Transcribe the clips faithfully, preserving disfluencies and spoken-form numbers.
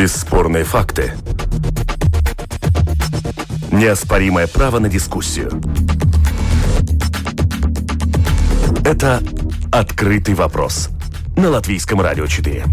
Бесспорные факты. Неоспоримое право на дискуссию. Это «Открытый вопрос» на Латвийском радио четыре.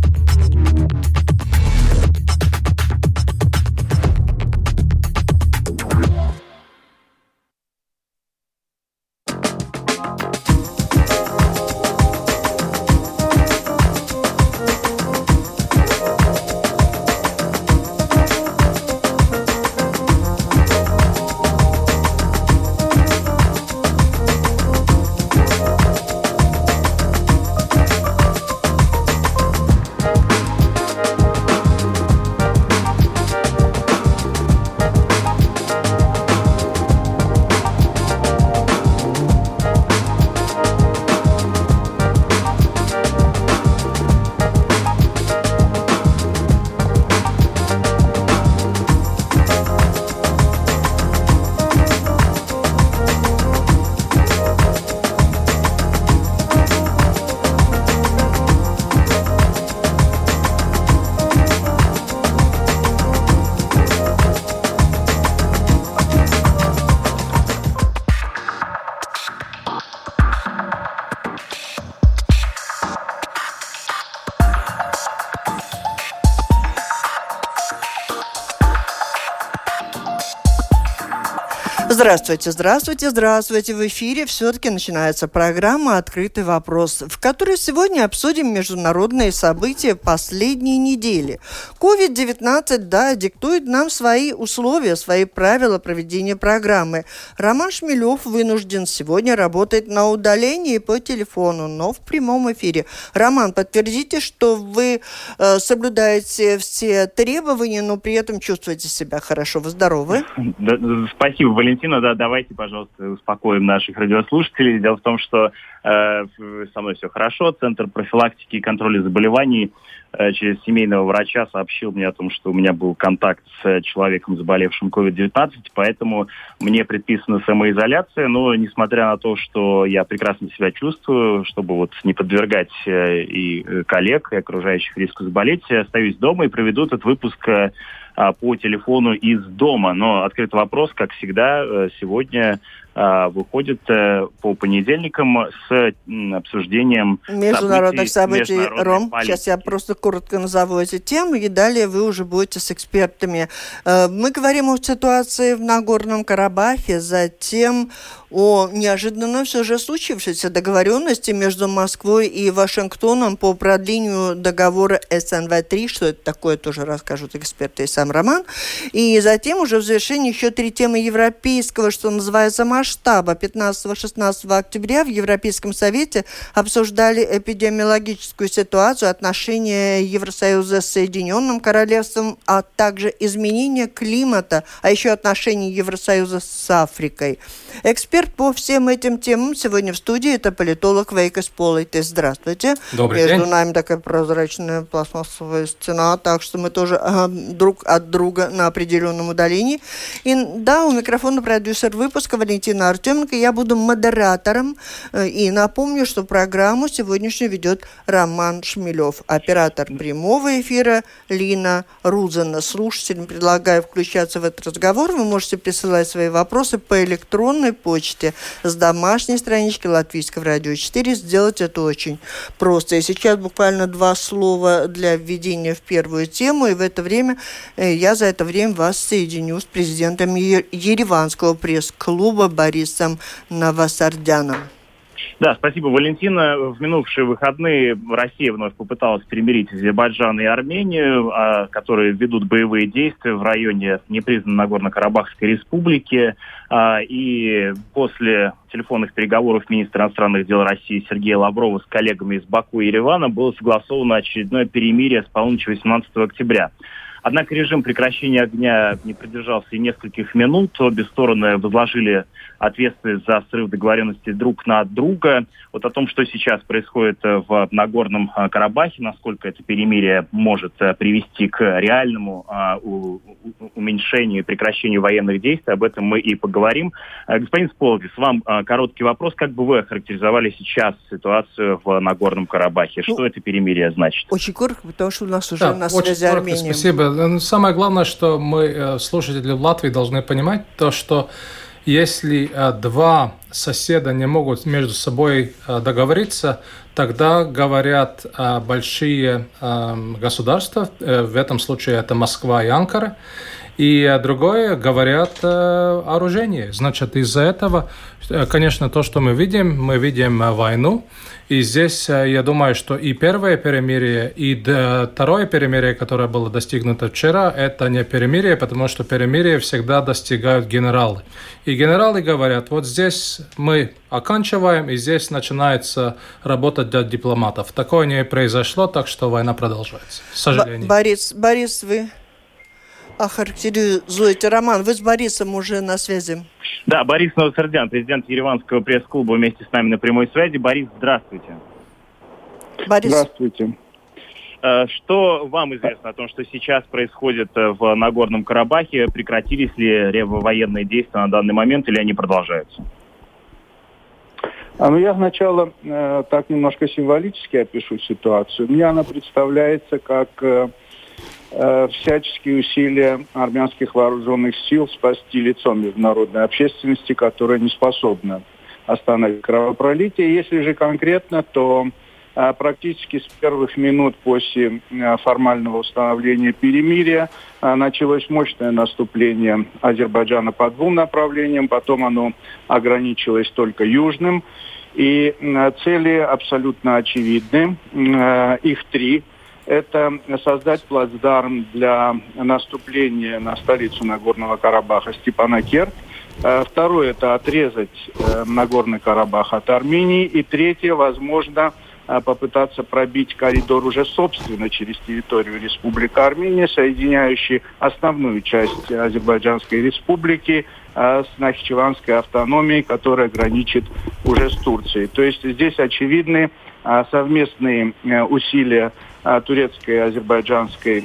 Здравствуйте, здравствуйте, здравствуйте. В эфире все-таки начинается программа «Открытый вопрос», в которой сегодня обсудим международные события последней недели. ковид девятнадцать, да, диктует нам свои условия, свои правила проведения программы. Роман Шмелев вынужден сегодня работать на удалении по телефону, но в прямом эфире. Роман, подтвердите, что вы э, соблюдаете все требования, но при этом чувствуете себя хорошо, вы здоровы? Да, спасибо, Валентина. Да, давайте, пожалуйста, успокоим наших радиослушателей. Дело в том, что э, со мной все хорошо. Центр профилактики и контроля заболеваний э, через семейного врача сообщил мне о том, что у меня был контакт с человеком, заболевшим ковид девятнадцать, поэтому мне предписана самоизоляция. Но, несмотря на то, что я прекрасно себя чувствую, чтобы вот не подвергать э, и коллег, и окружающих риску заболеть, остаюсь дома и проведу этот выпуск э, по телефону из дома. Но открытый вопрос, как всегда, сегодня выходит по понедельникам с обсуждением международных событий. событий Ром, политики. Сейчас я просто коротко назову эти темы, и далее вы уже будете с экспертами. Мы говорим о ситуации в Нагорном Карабахе, затем о неожиданно все же случившейся договоренности между Москвой и Вашингтоном по продлению договора эс эн вэ три, что это такое, тоже расскажут эксперты и сам Роман. И затем уже в завершении еще три темы европейского, что называется, масштаба. пятнадцатого-шестнадцатого октября в Европейском совете обсуждали эпидемиологическую ситуацию, отношения Евросоюза с Соединенным Королевством, а также изменение климата, а еще отношения Евросоюза с Африкой. Эксперт по всем этим темам сегодня в студии — это политолог Вейкас Полейте. Здравствуйте. Добрый Между день. нами такая прозрачная пластмассовая стена, так что мы тоже э, друг от друга на определенном удалении. И да, у микрофона продюсер выпуска Валентина Артеменко. Я буду модератором. Э, и напомню, что программу сегодняшнюю ведет Роман Шмелев. Оператор прямого эфира Лина Рузана. Слушателям предлагаю включаться в этот разговор. Вы можете присылать свои вопросы по электронной почте с домашней странички Латвийского радио четыре. Сделать это очень просто. И сейчас буквально два слова для введения в первую тему. И в это время, я за это время вас соединю с президентом Ереванского пресс-клуба Борисом Новосардяном. Да, спасибо, Валентина. В минувшие выходные Россия вновь попыталась примирить Азербайджан и Армению, которые ведут боевые действия в районе непризнанной Нагорно-Карабахской республики. И после телефонных переговоров министра иностранных дел России Сергея Лаврова с коллегами из Баку и Еревана было согласовано очередное перемирие с полуночи восемнадцатого октября. Однако режим прекращения огня не продержался и нескольких минут. Обе стороны возложили ответственность за срыв договоренности друг на друга. Вот о том, что сейчас происходит в Нагорном Карабахе, насколько это перемирие может привести к реальному уменьшению и прекращению военных действий, об этом мы и поговорим. Господин Сполдис, вам короткий вопрос. Как бы вы охарактеризовали сейчас ситуацию в Нагорном Карабахе? Что ну, это перемирие значит? Очень коротко, потому что у нас уже да, на связи Армения. Спасибо Самое главное, что мы, слушатели в Латвии, должны понимать, то, что если два соседа не могут между собой договориться, тогда говорят большие государства, в этом случае это Москва и Анкара, и другое говорят о вооружении. Значит, из-за этого, конечно, то, что мы видим, мы видим войну. И здесь я думаю, что и первое перемирие, и второе перемирие, которое было достигнуто вчера, это не перемирие, потому что перемирие всегда достигают генералы. И генералы говорят, вот здесь мы оканчиваем, и здесь начинается работать для дипломатов. Такое не произошло, так что война продолжается, к сожалению. Борис, Борис, вы охарактеризуете. Роман, вы с Борисом уже на связи. Да, Борис Новосардян, президент Ереванского пресс-клуба, вместе с нами на прямой связи. Борис, здравствуйте. Борис. Здравствуйте. Что вам известно о том, что сейчас происходит в Нагорном Карабахе? Прекратились ли военные действия на данный момент или они продолжаются? А, ну, я сначала э, так немножко символически опишу ситуацию. Мне она представляется как э, э, всяческие усилия армянских вооруженных сил спасти лицо международной общественности, которая не способна остановить кровопролитие. Если же конкретно, то э, практически с первых минут после э, формального установления перемирия э, началось мощное наступление Азербайджана по двум направлениям, потом оно ограничилось только южным. И э, цели абсолютно очевидны. Э, их три. Это создать плацдарм для наступления на столицу Нагорного Карабаха Степанакерт. Э, второе – это отрезать э, Нагорный Карабах от Армении. И третье – возможно, э, попытаться пробить коридор уже собственно через территорию Республики Армения, соединяющий основную часть Азербайджанской республики с Нахичеванской автономией, которая граничит уже с Турцией. То есть здесь очевидны совместные усилия турецкой и азербайджанской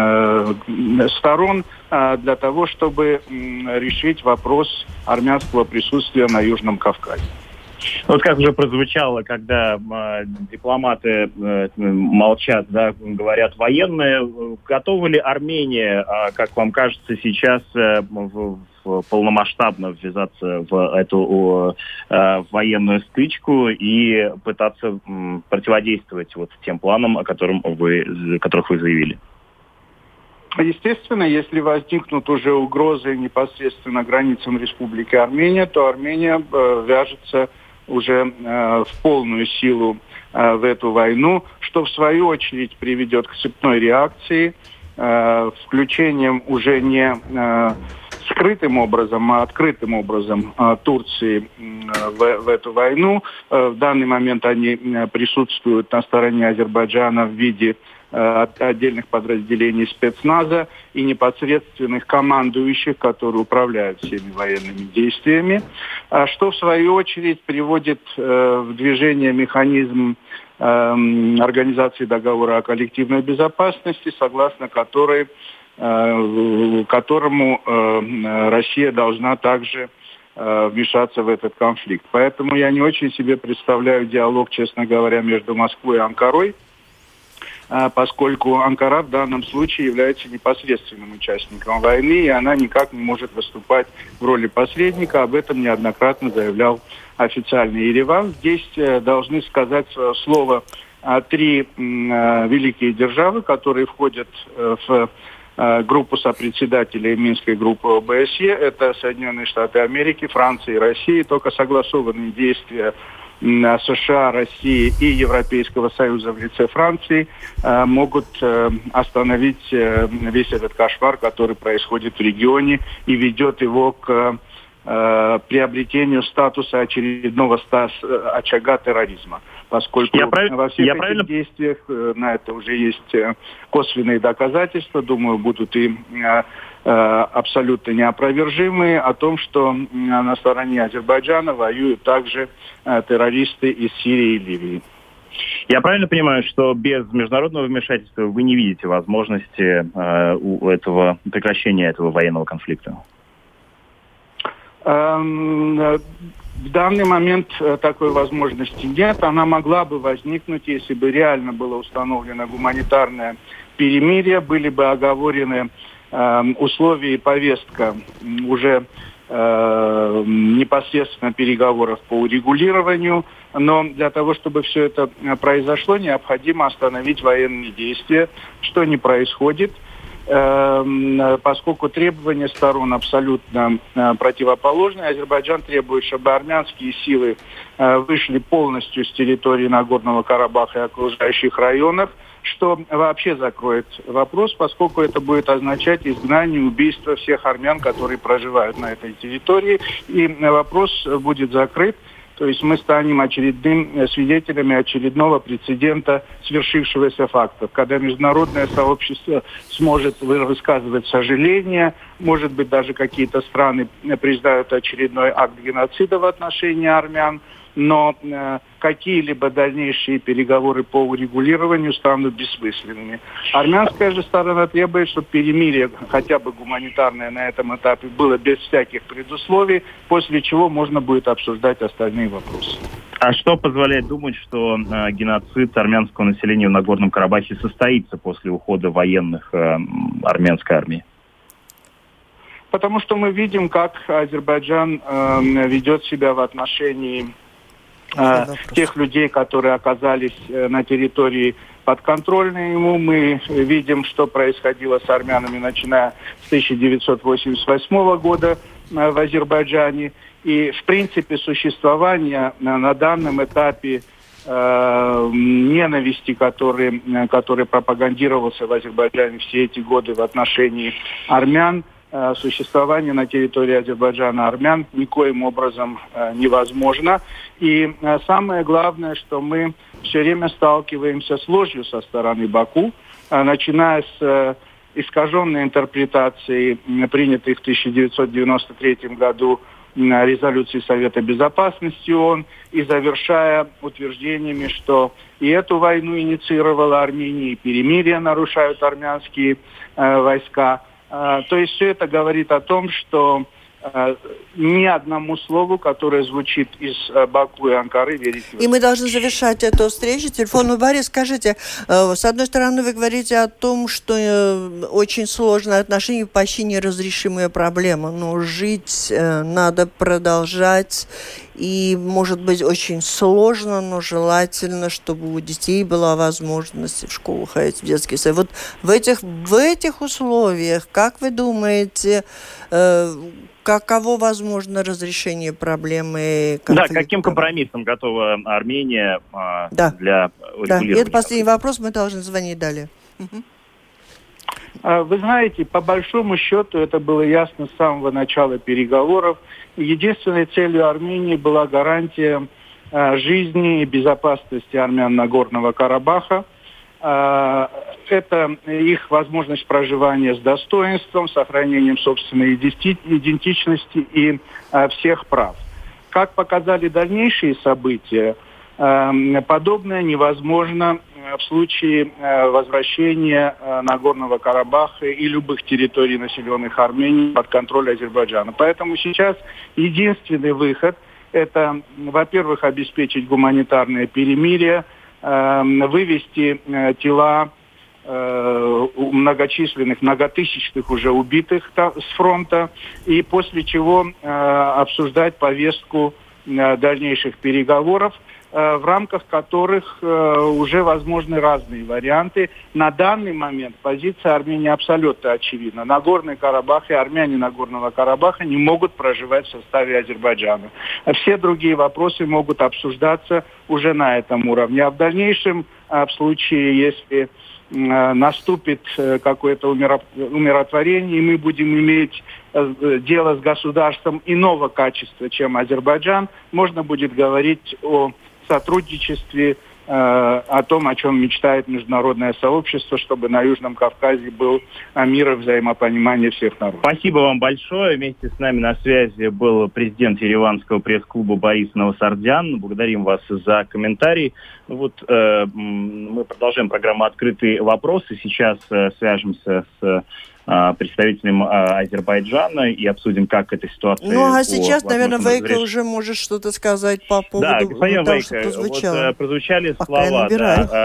сторон для того, чтобы решить вопрос армянского присутствия на Южном Кавказе. Вот как уже прозвучало, когда э, дипломаты э, молчат, да, говорят военные, готова ли Армения, э, как вам кажется, сейчас э, в, в полномасштабно ввязаться в эту э, военную стычку и пытаться э, противодействовать вот тем планам, о котором вы, которых вы заявили? Естественно, если возникнут уже угрозы непосредственно границам Республики Армения, то Армения э, вяжется уже э, в полную силу э, в эту войну, что в свою очередь приведет к цепной реакции, э, включением уже не э, скрытым образом, а открытым образом э, Турции э, в, в эту войну. Э, в данный момент они э, присутствуют на стороне Азербайджана в виде от отдельных подразделений спецназа и непосредственных командующих, которые управляют всеми военными действиями, что в свою очередь приводит в движение механизм Организации договора о коллективной безопасности, согласно которой, которому Россия должна также вмешаться в этот конфликт. Поэтому я не очень себе представляю диалог, честно говоря, между Москвой и Анкарой, поскольку Анкара в данном случае является непосредственным участником войны, и она никак не может выступать в роли посредника. Об этом неоднократно заявлял официальный Ереван. Здесь должны сказать свое слово три великие державы, которые входят в группу сопредседателей Минской группы О Бэ Эс Е. Это Соединенные Штаты Америки, Франция и Россия. Только согласованные действия США, России и Европейского Союза в лице Франции э, могут э, остановить э, весь этот кошмар, который происходит в регионе и ведет его к э, приобретению статуса очередного стас, очага терроризма. Поскольку я прав... во всех я этих правильно... действиях э, на это уже есть э, косвенные доказательства, думаю, будут и э, абсолютно неопровержимые, о том, что на стороне Азербайджана воюют также террористы из Сирии и Ливии. Я правильно понимаю, что без международного вмешательства вы не видите возможности э, у этого прекращения этого военного конфликта? В данный момент такой возможности нет. Она могла бы возникнуть, если бы реально было установлено гуманитарное перемирия, были бы оговорены э, условия и повестка уже э, непосредственно переговоров по урегулированию. Но для того, чтобы все это произошло, необходимо остановить военные действия, что не происходит, поскольку требования сторон абсолютно противоположные. Азербайджан требует, чтобы армянские силы вышли полностью с территории Нагорного Карабаха и окружающих районов, что вообще закроет вопрос, поскольку это будет означать изгнание, убийство всех армян, которые проживают на этой территории, и вопрос будет закрыт. То есть мы станем очередным свидетелями очередного прецедента свершившегося факта, когда международное сообщество сможет высказывать сожаление, может быть, даже какие-то страны признают очередной акт геноцида в отношении армян, но э, какие-либо дальнейшие переговоры по урегулированию станут бессмысленными. Армянская же сторона требует, чтобы перемирие, хотя бы гуманитарное на этом этапе, было без всяких предусловий, после чего можно будет обсуждать остальные вопросы. А что позволяет думать, что э, геноцид армянского населения в Нагорном Карабахе состоится после ухода военных э, армянской армии? Потому что мы видим, как Азербайджан э, ведет себя в отношении э, тех людей, которые оказались э, на территории подконтрольной ему. Мы видим, что происходило с армянами, начиная с тысяча девятьсот восемьдесят восьмого года э, в Азербайджане. И, в принципе, существование на, на данном этапе э, ненависти, который, который пропагандировался в Азербайджане все эти годы в отношении армян, существование на территории Азербайджана армян никоим образом э, невозможно. И э, самое главное, что мы все время сталкиваемся с ложью со стороны Баку, э, начиная с э, искаженной интерпретации, э, принятой в тысяча девятьсот девяносто третьем году э, резолюции Совета Безопасности ООН, и завершая утверждениями, что и эту войну инициировала Армения, и перемирие нарушают армянские э, войска. Uh, то есть все это говорит о том, что uh, ни одному слову, которое звучит из uh, Баку и Анкары, верить нельзя. И мы должны завершать эту встречу. Телефонную Борис, скажите, uh, с одной стороны, вы говорите о том, что uh, очень сложные отношения, почти неразрешимая проблема, но жить uh, надо продолжать. И, может быть, очень сложно, но желательно, чтобы у детей была возможность в школу ходить, в детский сад. Вот в этих, в этих условиях, как вы думаете, э, каково возможно разрешение проблемы конфликта? Да, каким компромиссом готова Армения э, да. для урегулирования? Да, и это последний вопрос, мы должны звонить далее. Угу. Вы знаете, по большому счету это было ясно с самого начала переговоров. Единственной целью Армении была гарантия э, жизни и безопасности армян Нагорного Карабаха. Э, это их возможность проживания с достоинством, сохранением собственной идентичности и э, всех прав. Как показали дальнейшие события, э, подобное невозможно в случае э, возвращения э, Нагорного Карабаха и любых территорий, населенных Арменией, под контроль Азербайджана. Поэтому сейчас единственный выход – это, во-первых, обеспечить гуманитарное перемирие, э, вывести э, тела э, многочисленных, многотысячных уже убитых та, с фронта, и после чего э, обсуждать повестку э, дальнейших переговоров, в рамках которых э, уже возможны разные варианты. На данный момент позиция Армении абсолютно очевидна. Нагорный Карабах и армяне Нагорного Карабаха не могут проживать в составе Азербайджана. Все другие вопросы могут обсуждаться уже на этом уровне. А в дальнейшем, в случае, если э, наступит э, какое-то умиротворение, и мы будем иметь э, дело с государством иного качества, чем Азербайджан, можно будет говорить о сотрудничестве, э, о том, о чем мечтает международное сообщество, чтобы на Южном Кавказе был мир и взаимопонимание всех народов. Спасибо вам большое. Вместе с нами на связи был президент Ереванского пресс-клуба Борис Новосардян. Благодарим вас за комментарий. Вот э, мы продолжаем программу «Открытый вопрос», и сейчас э, свяжемся с представителем Азербайджана и обсудим, как эта ситуация... Ну, а сейчас, наверное, Вейка разреш... уже может что-то сказать по поводу да, господин того, Вейка, что прозвучало. Вот, прозвучали Пока слова, да,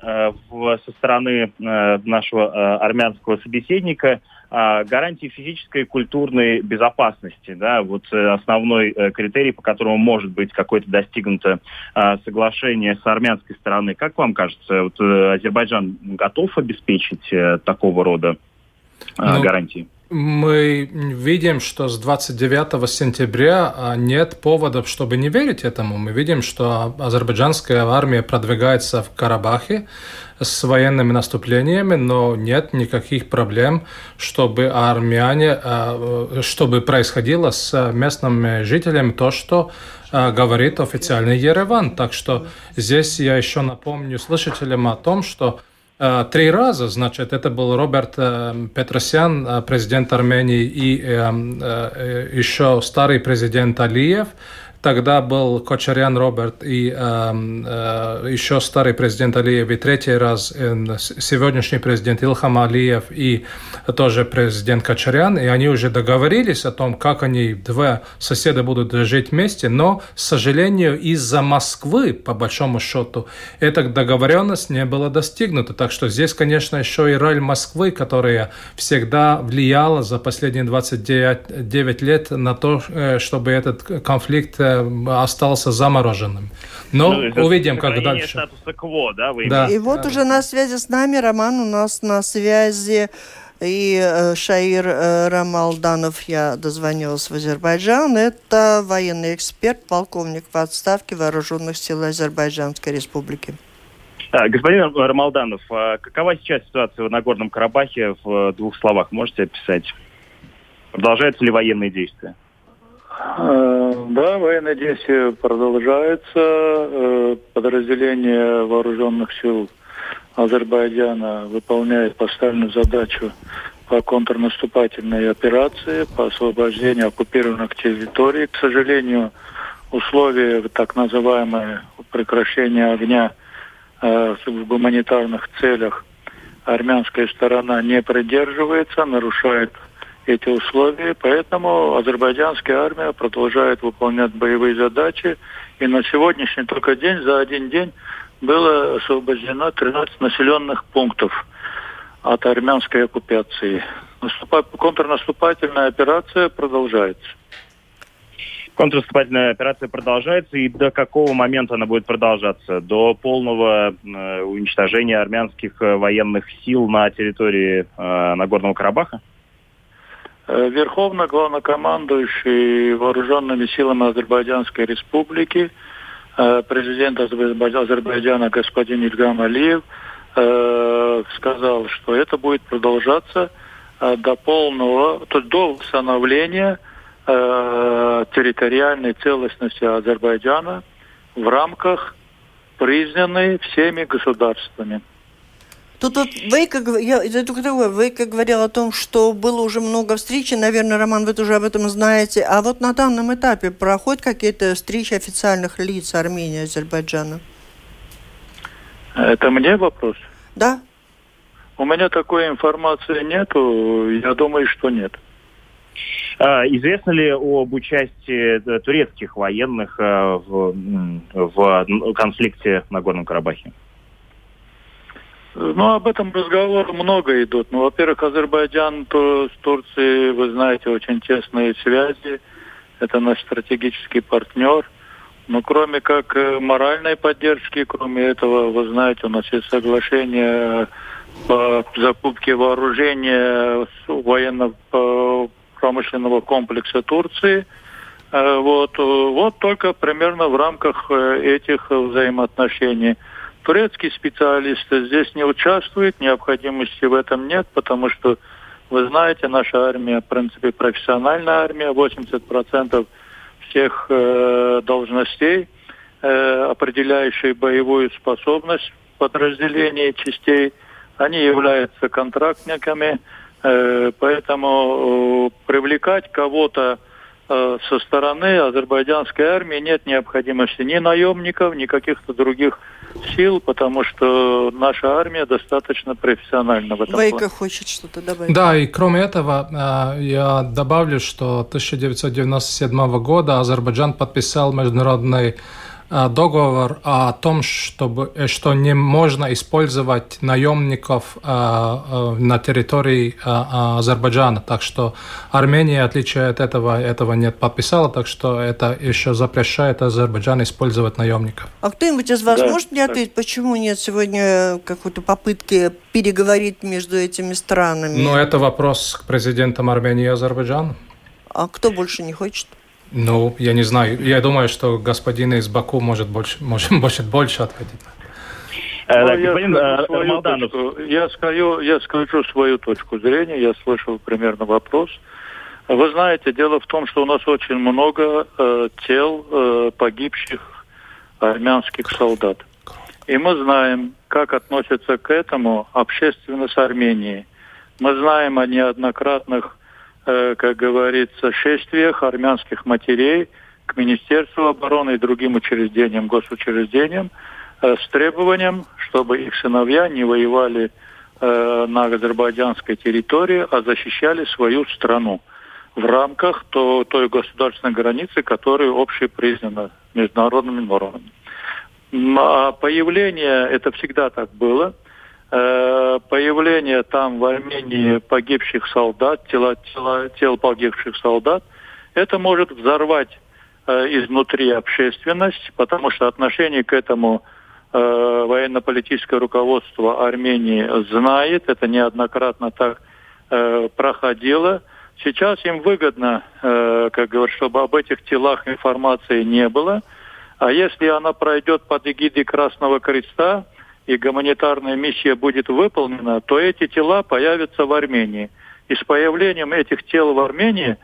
со стороны нашего армянского собеседника гарантии физической и культурной безопасности, да, вот основной критерий, по которому может быть какое-то достигнуто соглашение с армянской стороны. Как вам кажется, вот Азербайджан готов обеспечить такого рода ну, гарантии? Мы видим, что с двадцать девятого сентября нет поводов, чтобы не верить этому. Мы видим, что азербайджанская армия продвигается в Карабахе с военными наступлениями, но нет никаких проблем, чтобы армяне, чтобы происходило с местными жителями то, что говорит официальный Ереван. Так что здесь я еще напомню слушателям о том, что Три раза, значит, это был Роберт Петросян, президент Армении, и еще старый президент Алиев. Тогда был Кочарян Роберт и э, э, еще старый президент Алиев, и третий раз э, сегодняшний президент Илхам Алиев и тоже президент Кочарян, и они уже договорились о том, как они, два соседа, будут жить вместе, но, к сожалению, из-за Москвы, по большому счету, эта договоренность не была достигнута. Так что здесь, конечно, еще и роль Москвы, которая всегда влияла за последние двадцать девять лет на то, чтобы этот конфликт остался замороженным. Но ну, увидим, как дальше. Статуса кво, да, вы да. И вот да. уже на связи с нами, Роман, у нас на связи и э, Шаир э, Рамалданов, я дозвонилась в Азербайджан. Это военный эксперт, полковник в отставке Вооруженных сил Азербайджанской Республики. А, господин Рамалданов, а какова сейчас ситуация в Нагорном Карабахе в двух словах? Можете описать? Продолжаются ли военные действия? Да, военные действия продолжаются. Подразделение вооруженных сил Азербайджана выполняет поставленную задачу по контрнаступательной операции, по освобождению оккупированных территорий. К сожалению, условия так называемого прекращения огня в гуманитарных целях армянская сторона не придерживается, нарушает эти условия, поэтому азербайджанская армия продолжает выполнять боевые задачи, и на сегодняшний только день, за один день, было освобождено тринадцать населенных пунктов от армянской оккупации. Наступа... Контрнаступательная операция продолжается. Контрнаступательная операция продолжается, и до какого момента она будет продолжаться? До полного э, уничтожения армянских военных сил на территории э, Нагорного Карабаха? Верховный главнокомандующий вооруженными силами Азербайджанской Республики, президент Азербайджана господин Ильгам Алиев сказал, что это будет продолжаться до полного, то есть до восстановления территориальной целостности Азербайджана в рамках, признанной всеми государствами. Тут вот вы, как, я, вы как говорил о том, что было уже много встреч, и, наверное, Роман, вы тоже об этом знаете, а вот на данном этапе проходят какие-то встречи официальных лиц Армении и Азербайджана? Это мне вопрос? Да. У меня такой информации нету, я думаю, что нет. Известно ли об участии турецких военных в, в конфликте в Нагорном Карабахе? Ну, об этом разговор много идут. Ну, во-первых, Азербайджан то с Турцией, вы знаете, очень тесные связи. Это наш стратегический партнер. Но кроме как моральной поддержки, кроме этого, вы знаете, у нас есть соглашение по закупке вооружения военно-промышленного комплекса Турции. Вот, вот только примерно в рамках этих взаимоотношений. Турецкие специалисты здесь не участвуют, необходимости в этом нет, потому что, вы знаете, наша армия, в принципе, профессиональная армия, восемьдесят процентов всех э, должностей, э, определяющие боевую способность подразделений, частей, они являются контрактниками, э, поэтому э, привлекать кого-то э, со стороны азербайджанской армии нет необходимости ни наемников, ни каких-то других сил, потому что наша армия достаточно профессиональна в этом плане. Вейка хочет что-то добавить. Да, и кроме этого, я добавлю, что тысяча девятьсот девяносто седьмого года Азербайджан подписал международный договор о том, чтобы, что не можно использовать наемников на территории Азербайджана. Так что Армения, в отличие от этого, этого не подписала, так что это еще запрещает Азербайджан использовать наемников. А кто-нибудь из вас да, может мне ответить, почему нет сегодня какой-то попытки переговорить между этими странами? Ну, это вопрос к президентам Армении и Азербайджана. А кто больше не хочет? Ну, я не знаю. Я думаю, что господин из Баку может больше, может, может больше ответить. Ну, да, я, господин, скажу точку, я, скажу, я скажу свою точку зрения. Я слышал примерно вопрос. Вы знаете, дело в том, что у нас очень много э, тел э, погибших армянских солдат. И мы знаем, как относятся к этому общественность Армении. Мы знаем о неоднократных, э, как говорится, шествиях армянских матерей к Министерству обороны и другим учреждениям, госучреждениям э, с требованием, чтобы их сыновья не воевали э, на азербайджанской территории, а защищали свою страну в рамках то, той государственной границы, которая общепризнана международными нормами. А появление, это всегда так было, э, появление там в Армении погибших солдат, тела, тела, тел погибших солдат, это может взорвать э, изнутри общественность, потому что отношение к этому э, военно-политическое руководство Армении знает, это неоднократно так э, проходило. Сейчас им выгодно, э, как говорят, чтобы об этих телах информации не было. А если она пройдет под эгидой Красного Креста и гуманитарная миссия будет выполнена, то эти тела появятся в Армении. И с появлением этих тел в Армении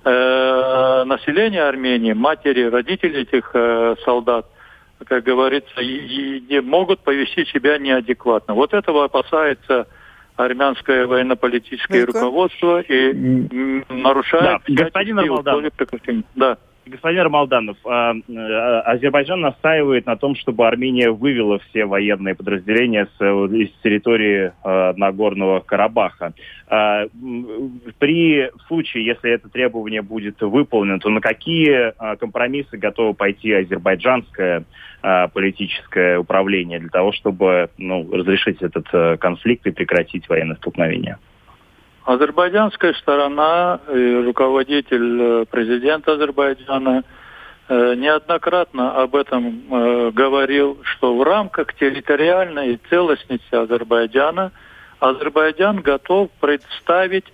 э, население Армении, матери, родители этих э, солдат, как говорится, и, и могут повести себя неадекватно. Вот этого опасается армянское военно-политическое Ну-ка. руководство и нарушает да. Господин условия прекращения. Да. Господин Рамалданов, Азербайджан настаивает на том, чтобы Армения вывела все военные подразделения с, из территории Нагорного Карабаха. При случае, если это требование будет выполнено, то на какие компромиссы готово пойти азербайджанское политическое управление для того, чтобы ну, разрешить этот конфликт и прекратить военные столкновения? Азербайджанская сторона, руководитель президента Азербайджана неоднократно об этом говорил, что в рамках территориальной целостности Азербайджана Азербайджан готов представить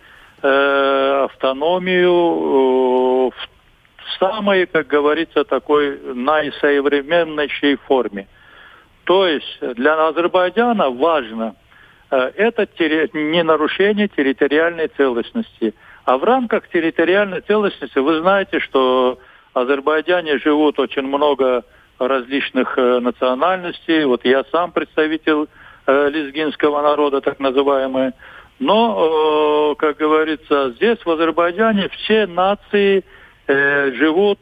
автономию в самой, как говорится, такой наисовременнейшей форме. То есть для Азербайджана важно это не нарушение территориальной целостности. А в рамках территориальной целостности вы знаете, что в Азербайджане живут очень много различных национальностей. Вот я сам представитель лезгинского народа, так называемый. Но, как говорится, здесь, в Азербайджане, все нации живут,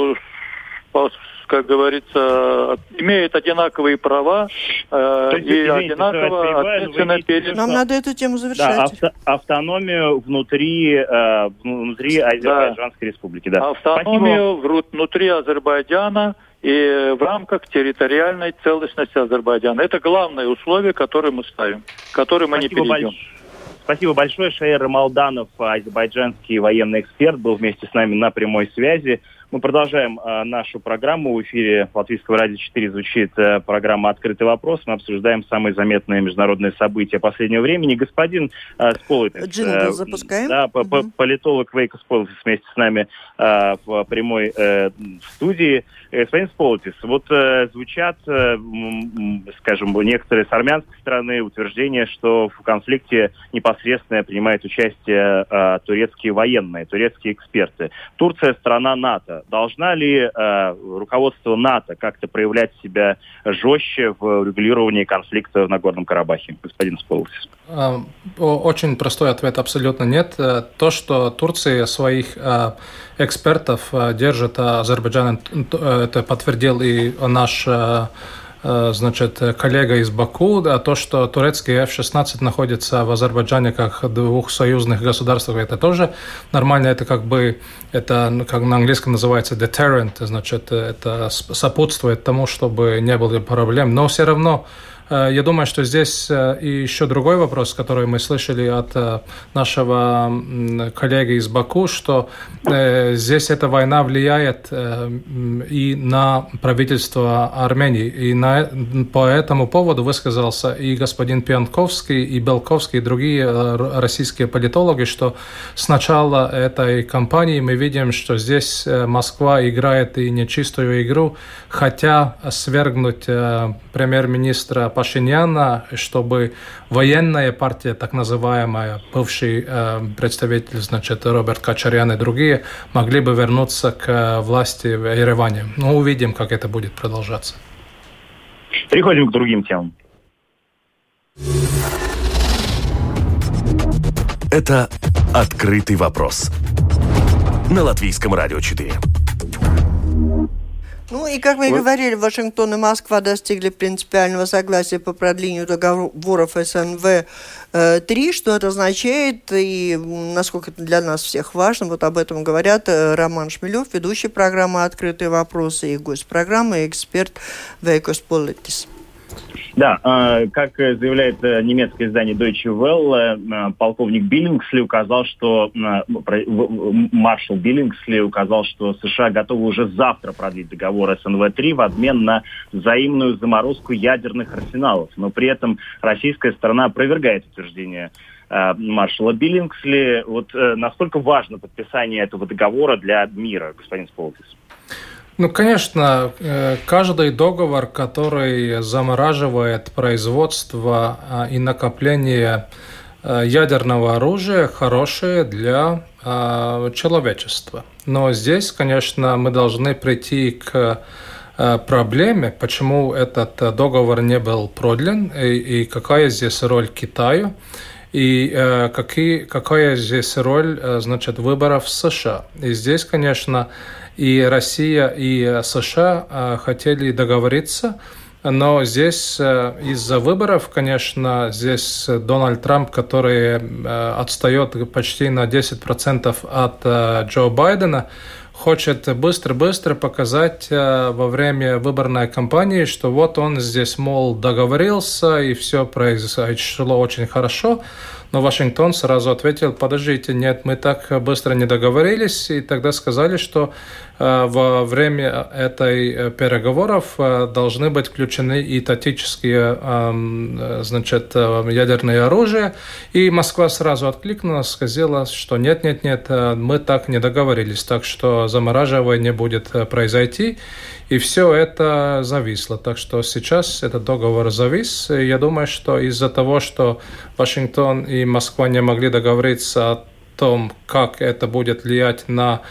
как говорится, имеют одинаковые права э, есть, и извините, одинаково ответственно перед... Нам надо эту тему завершать. Да, авто, автономию внутри, э, внутри Азербайджанской да. республики. Да. Автономию Спасибо. внутри Азербайджана и в рамках территориальной целостности Азербайджана. Это главное условие, которое мы ставим, которое мы Спасибо не перейдем. Больш... Спасибо большое. Шаир Рамалданов, азербайджанский военный эксперт, был вместе с нами на прямой связи. Мы продолжаем э, нашу программу. В эфире Латвийского радио четыре звучит э, программа «Открытый вопрос». Мы обсуждаем самые заметные международные события последнего времени. Господин э, Сполотис, Джингл запускаем. Да, угу. политолог Вейко Сполотис вместе с нами э, в прямой э, студии. Господин Сполотис, вот э, звучат, э, скажем, некоторые с армянской стороны утверждения, что в конфликте непосредственно принимают участие э, турецкие военные, турецкие эксперты. Турция – страна НАТО. Должна ли э, руководство НАТО как-то проявлять себя жестче в регулировании конфликта в Нагорном Карабахе? Господин Сполотис. Очень простой ответ – абсолютно нет. То, что Турция своих экспертов держит, Азербайджан это подтвердил и наш значит, коллега из Баку, а то, что турецкий эф шестнадцать находится в Азербайджане как двух союзных государств, это тоже нормально, это как бы, это как на английском называется deterrent, значит, это сопутствует тому, чтобы не было проблем, но все равно я думаю, что здесь и еще другой вопрос, который мы слышали от нашего коллеги из Баку, что здесь эта война влияет и на правительство Армении. И на, по этому поводу высказался и господин Пьянковский, и Белковский, и другие российские политологи, что с начала этой кампании мы видим, что здесь Москва играет и нечистую игру, хотя свергнуть премьер-министра Пашиняна, чтобы военная партия, так называемая, бывший э, представитель, значит, Роберт Качарян и другие, могли бы вернуться к власти в Ереване. Ну, увидим, как это будет продолжаться. Переходим к другим темам. Это «Открытый вопрос» на Латвийском радио четыре. Ну и, как мы и говорили, Вашингтон и Москва достигли принципиального согласия по продлению договоров эс эн вэ три. Что это означает и насколько это для нас всех важно, вот об этом говорят Роман Шмелев, ведущий программы «Открытые вопросы», и гость программы, эксперт Veikos Politis. Да, как заявляет немецкое издание Deutsche Welle, полковник Биллингсли указал, что маршал Биллингсли указал, что США готовы уже завтра продлить договор эс эн вэ три в обмен на взаимную заморозку ядерных арсеналов. Но при этом российская сторона опровергает утверждение маршала Биллингсли. Вот насколько важно подписание этого договора для мира, господин Сполтис? Ну, конечно, каждый договор, который замораживает производство и накопление ядерного оружия, хороший для человечества. Но здесь, конечно, мы должны прийти к проблеме, почему этот договор не был продлен и, и какая здесь роль Китаю. И э, какие, какая здесь роль, э, значит, выборов в США. И здесь, конечно, и Россия, и США э, хотели договориться, но здесь э, из-за выборов, конечно, здесь Дональд Трамп, который э, отстает почти на десять процентов от э, Джо Байдена, хочет быстро-быстро показать э, во время выборной кампании, что вот он здесь, мол, договорился, и все произошло очень хорошо. Но Вашингтон сразу ответил: подождите, нет, мы так быстро не договорились. И тогда сказали, что э, во время этой переговоров э, должны быть включены и тактические э, значит, ядерные оружия. И Москва сразу откликнулась, сказала, что нет-нет-нет, мы так не договорились, так что замораживание будет произойти. И все это зависло. Так что сейчас этот договор завис. И я думаю, что из-за того, что Вашингтон и Москва не могли договориться о том, как это будет влиять на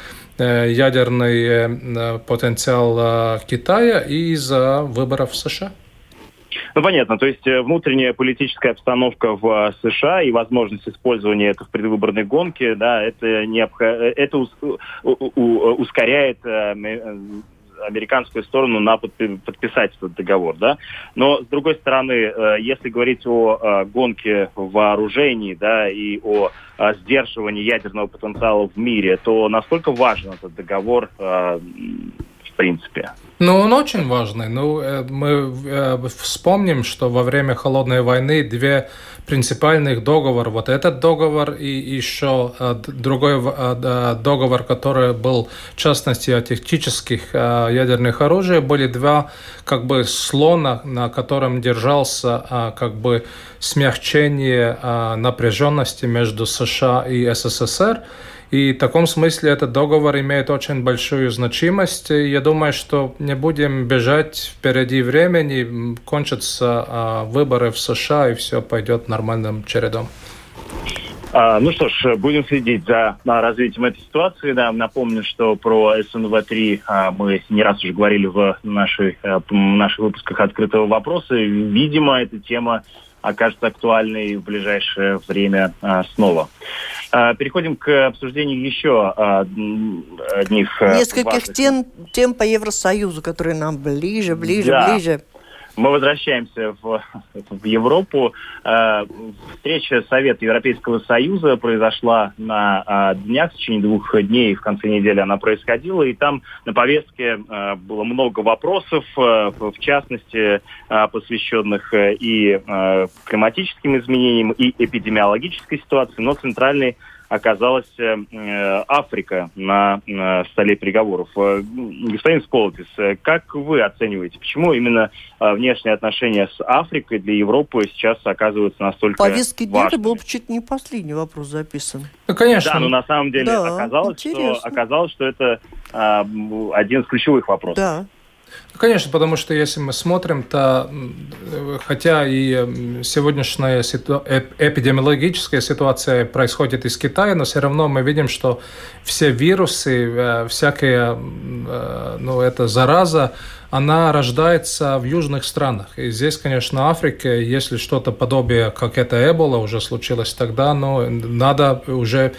ядерный потенциал Китая, и из-за выборов в США. Ну, понятно. То есть внутренняя политическая обстановка в США и возможность использования это в предвыборной гонке, да, это, необх... это ус... ускоряет американскую сторону на подписать этот договор, да. Но, с другой стороны, если говорить о гонке вооружений, да, и о сдерживании ядерного потенциала в мире, то насколько важен этот договор в принципе? Ну, он очень важный. Ну, мы вспомним, что во время Холодной войны две принципиальных договора, вот этот договор и еще другой договор, который был, в частности, о тактических ядерных оружиях, были два как бы слона, на котором держался как бы смягчение напряженности между США и эс эс эс эр. И в таком смысле этот договор имеет очень большую значимость. И я думаю, что не будем бежать впереди времени, кончатся а, выборы в США, и все пойдет нормальным чередом. А, ну что ж, будем следить за развитием этой ситуации. Да, напомню, что про эс эн вэ три а, мы не раз уже говорили в нашей, а, наших выпусках «Открытого вопроса». Видимо, эта тема окажется актуальной в ближайшее время а, снова. А, переходим к обсуждению еще а, одних... Нескольких тем, тем по Евросоюзу, которые нам ближе, ближе, да. ближе. Мы возвращаемся в, в Европу. Встреча Совета Европейского Союза произошла на днях, в течение двух дней, в конце недели она происходила, и там на повестке было много вопросов, в частности, посвященных и климатическим изменениям, и эпидемиологической ситуации, но центральной оказалась э, Африка на, на столе переговоров. Э, господин Сполотис, как вы оцениваете, почему именно э, внешние отношения с Африкой для Европы сейчас оказываются настолько важными? Повестки дня это был чуть не последний вопрос записан. Ну, конечно. Да, но на самом деле да, оказалось, что, оказалось, что это э, один из ключевых вопросов. Да. Конечно, потому что если мы смотрим, то хотя и сегодняшняя ситу... эпидемиологическая ситуация происходит из Китая, но все равно мы видим, что все вирусы, всякая, ну, эта зараза, она рождается в южных странах. И здесь, конечно, Африка, если что-то подобие, как это Эбола уже случилось тогда, но надо уже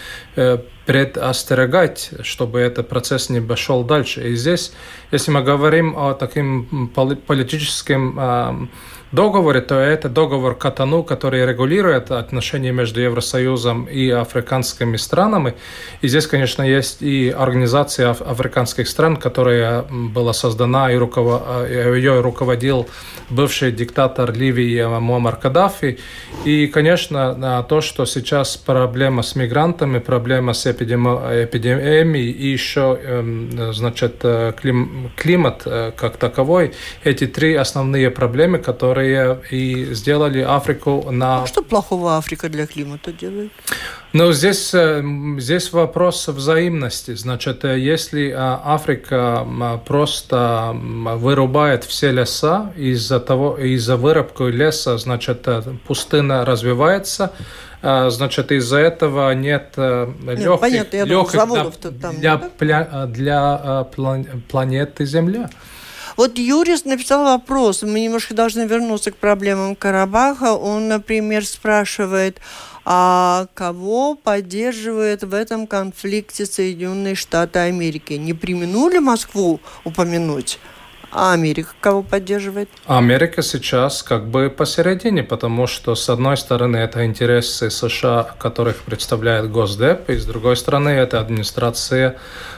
предостерегать, чтобы этот процесс не пошел дальше. И здесь, если мы говорим о таким политическом договоре, то это договор Котону, который регулирует отношения между Евросоюзом и африканскими странами. И здесь, конечно, есть и организация африканских стран, которая была создана, и руковод... ее руководил бывший диктатор Ливии Муаммар Каддафи. И, конечно, то, что сейчас проблема с мигрантами, проблема с эпидемией и еще, значит, климат как таковой, эти три основные проблемы, которые и сделали Африку на... А что плохого Африка для климата делает? Ну, здесь, здесь вопрос взаимности. Значит, если Африка просто вырубает все леса, из-за того, из-за вырубки леса, значит, пустыня развивается, значит, из-за этого нет легких, понятно, я легких думаю, там, для, да? для планеты Земля. Вот юрист написал вопрос, мы немножко должны вернуться к проблемам Карабаха. Он, например, спрашивает, а кого поддерживает в этом конфликте Соединенные Штаты Америки? Не преминули Москву упомянуть? А Америка кого поддерживает? Америка сейчас как бы посередине, потому что, с одной стороны, это интересы США, которых представляет Госдеп, и с другой стороны, это администрация,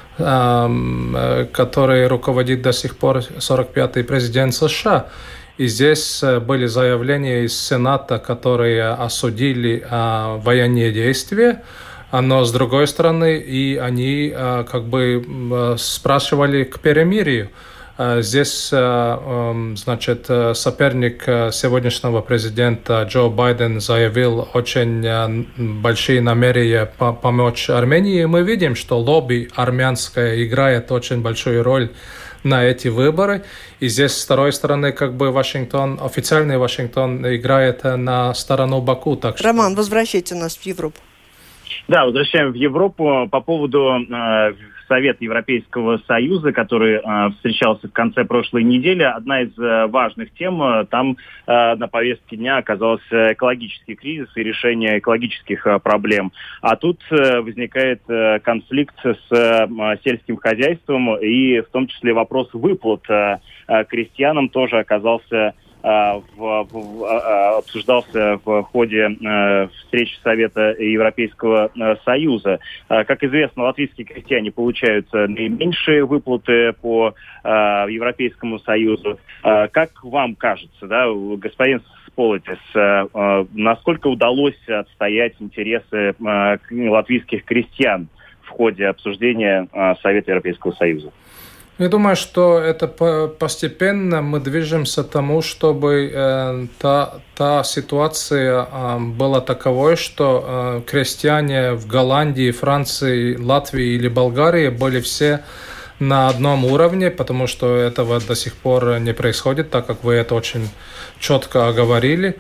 который руководит до сих пор сорок пятый президент США. И здесь были заявления из Сената, которые осудили военные действия, но с другой стороны, и они как бы спрашивали к перемирию. Здесь, значит, соперник сегодняшнего президента Джо Байден заявил очень большие намерения помочь Армении. И мы видим, что лобби армянское играет очень большую роль на эти выборы. И здесь, с второй стороны, как бы Вашингтон, официальный Вашингтон играет на сторону Баку. Так что... Роман, возвращайте нас в Европу. Да, возвращаем в Европу по поводу э, Совета Европейского Союза, который э, встречался в конце прошлой недели. Одна из э, важных тем, э, там э, на повестке дня оказался экологический кризис и решение экологических э, проблем. А тут э, возникает э, конфликт с э, сельским хозяйством, и в том числе вопрос выплат э, э, крестьянам тоже оказался В, в, обсуждался в ходе э, встречи Совета Европейского э, Союза. Э, как известно, латвийские крестьяне получают наименьшие выплаты по э, Европейскому Союзу. Э, как вам кажется, да, господин Сполотис, э, э, насколько удалось отстоять интересы э, латвийских крестьян в ходе обсуждения э, Совета Европейского Союза? Я думаю, что это постепенно мы движемся к тому, чтобы э, та, та ситуация э, была таковой, что э, крестьяне в Голландии, Франции, Латвии или Болгарии были все на одном уровне, потому что этого до сих пор не происходит, так как вы это очень четко оговорили.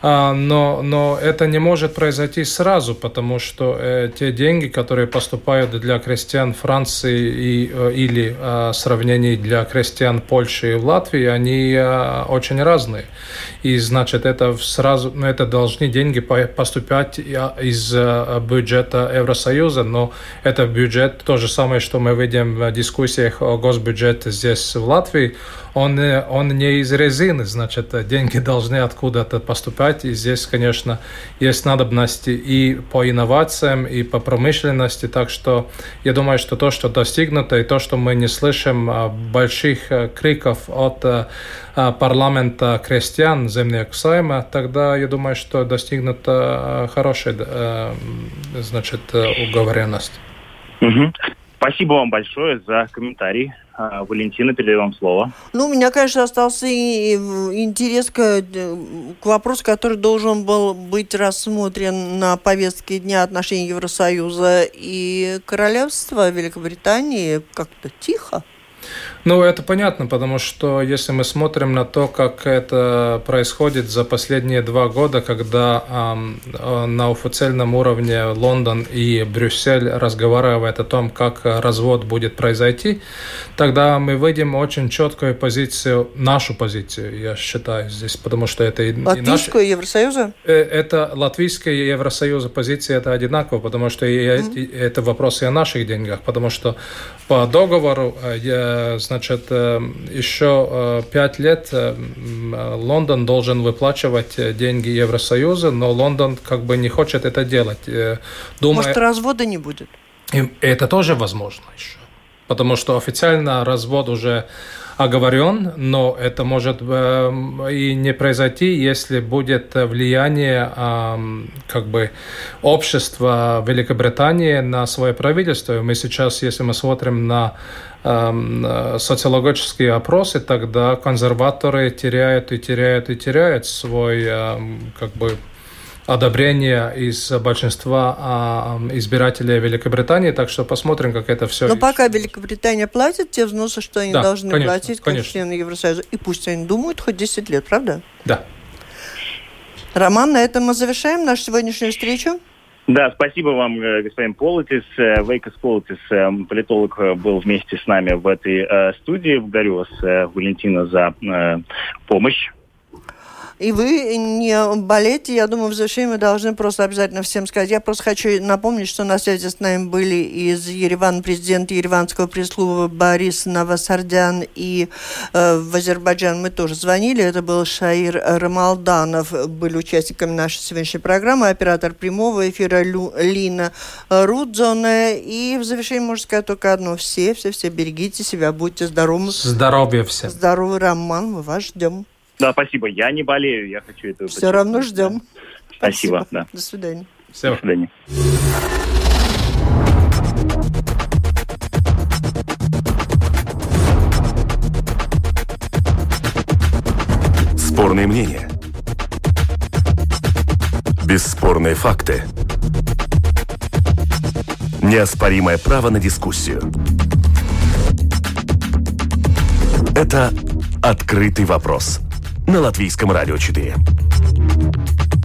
Но, но это не может произойти сразу, потому что э, те деньги, которые поступают для крестьян Франции и, э, или э, сравнений для крестьян Польши и Латвии, они э, очень разные. И значит, это сразу, ну, это должны деньги поступать из э, бюджета Евросоюза, но это бюджет, то же самое, что мы видим в дискуссиях о госбюджете здесь в Латвии, он, он не из резины, значит, деньги должны откуда-то поступать. И здесь, конечно, есть надобности и по инновациям, и по промышленности. Так что я думаю, что то, что достигнуто, и то, что мы не слышим больших криков от парламента крестьян, земных сайма, тогда я думаю, что достигнута хорошая, значит, уговоренность. Угу. Спасибо вам большое за комментарий. Валентина, передаю вам слово. Ну, у меня, конечно, остался и интерес к, к вопросу, который должен был быть рассмотрен на повестке дня отношений Евросоюза и Королевства Великобритании. Как-то тихо. Ну, это понятно, потому что если мы смотрим на то, как это происходит за последние два года, когда э, на официальном уровне Лондон и Брюссель разговаривают о том, как развод будет произойти, тогда мы видим очень четкую позицию, нашу позицию, я считаю, здесь, потому что это... Латвийскую и наша... Евросоюза? Это латвийская и Евросоюза позиция, это одинаково, потому что mm-hmm. это вопрос и о наших деньгах, потому что по договору, значит, еще пять лет Лондон должен выплачивать деньги Евросоюза, но Лондон как бы не хочет это делать. Думая... Может, развода не будет? И это тоже возможно еще, потому что официально развод уже оговорен, но это может э, и не произойти, если будет влияние э, как бы общества Великобритании на свое правительство. Мы сейчас, если мы смотрим на э, социологические опросы, тогда консерваторы теряют и теряют и теряют свой э, как бы одобрение из большинства а, избирателей Великобритании, так что посмотрим, как это все... Но пока Великобритания платит те взносы, что они да, должны конечно, платить как конечно. члены Евросоюза, и пусть они думают хоть десять лет, правда? Да. Роман, на этом мы завершаем нашу сегодняшнюю встречу. Да, спасибо вам, господин Полотис. Вейкас Полотис, политолог, был вместе с нами в этой студии. Благодарю вас, Валентина, за помощь. И вы не болейте, я думаю, в завершении мы должны просто обязательно всем сказать. Я просто хочу напомнить, что на связи с нами были из Еревана президент Ереванского пресс-клуба Борис Новосардян, и э, в Азербайджан мы тоже звонили. Это был Шаир Рамалданов, были участниками нашей сегодняшней программы, оператор прямого эфира Лю, Лина Рудзоне. И в завершении можно сказать только одно. Все, все, все берегите себя, будьте здоровы. Здоровья всем. Здоровый, Роман, мы вас ждем. Да, спасибо. Я не болею, я хочу это... Все равно ждем. Спасибо. Спасибо. Да. До свидания. Все. До свидания. Спорные мнения. Бесспорные факты. Неоспоримое право на дискуссию. Это «Открытый вопрос» на Латвийском радио четыре.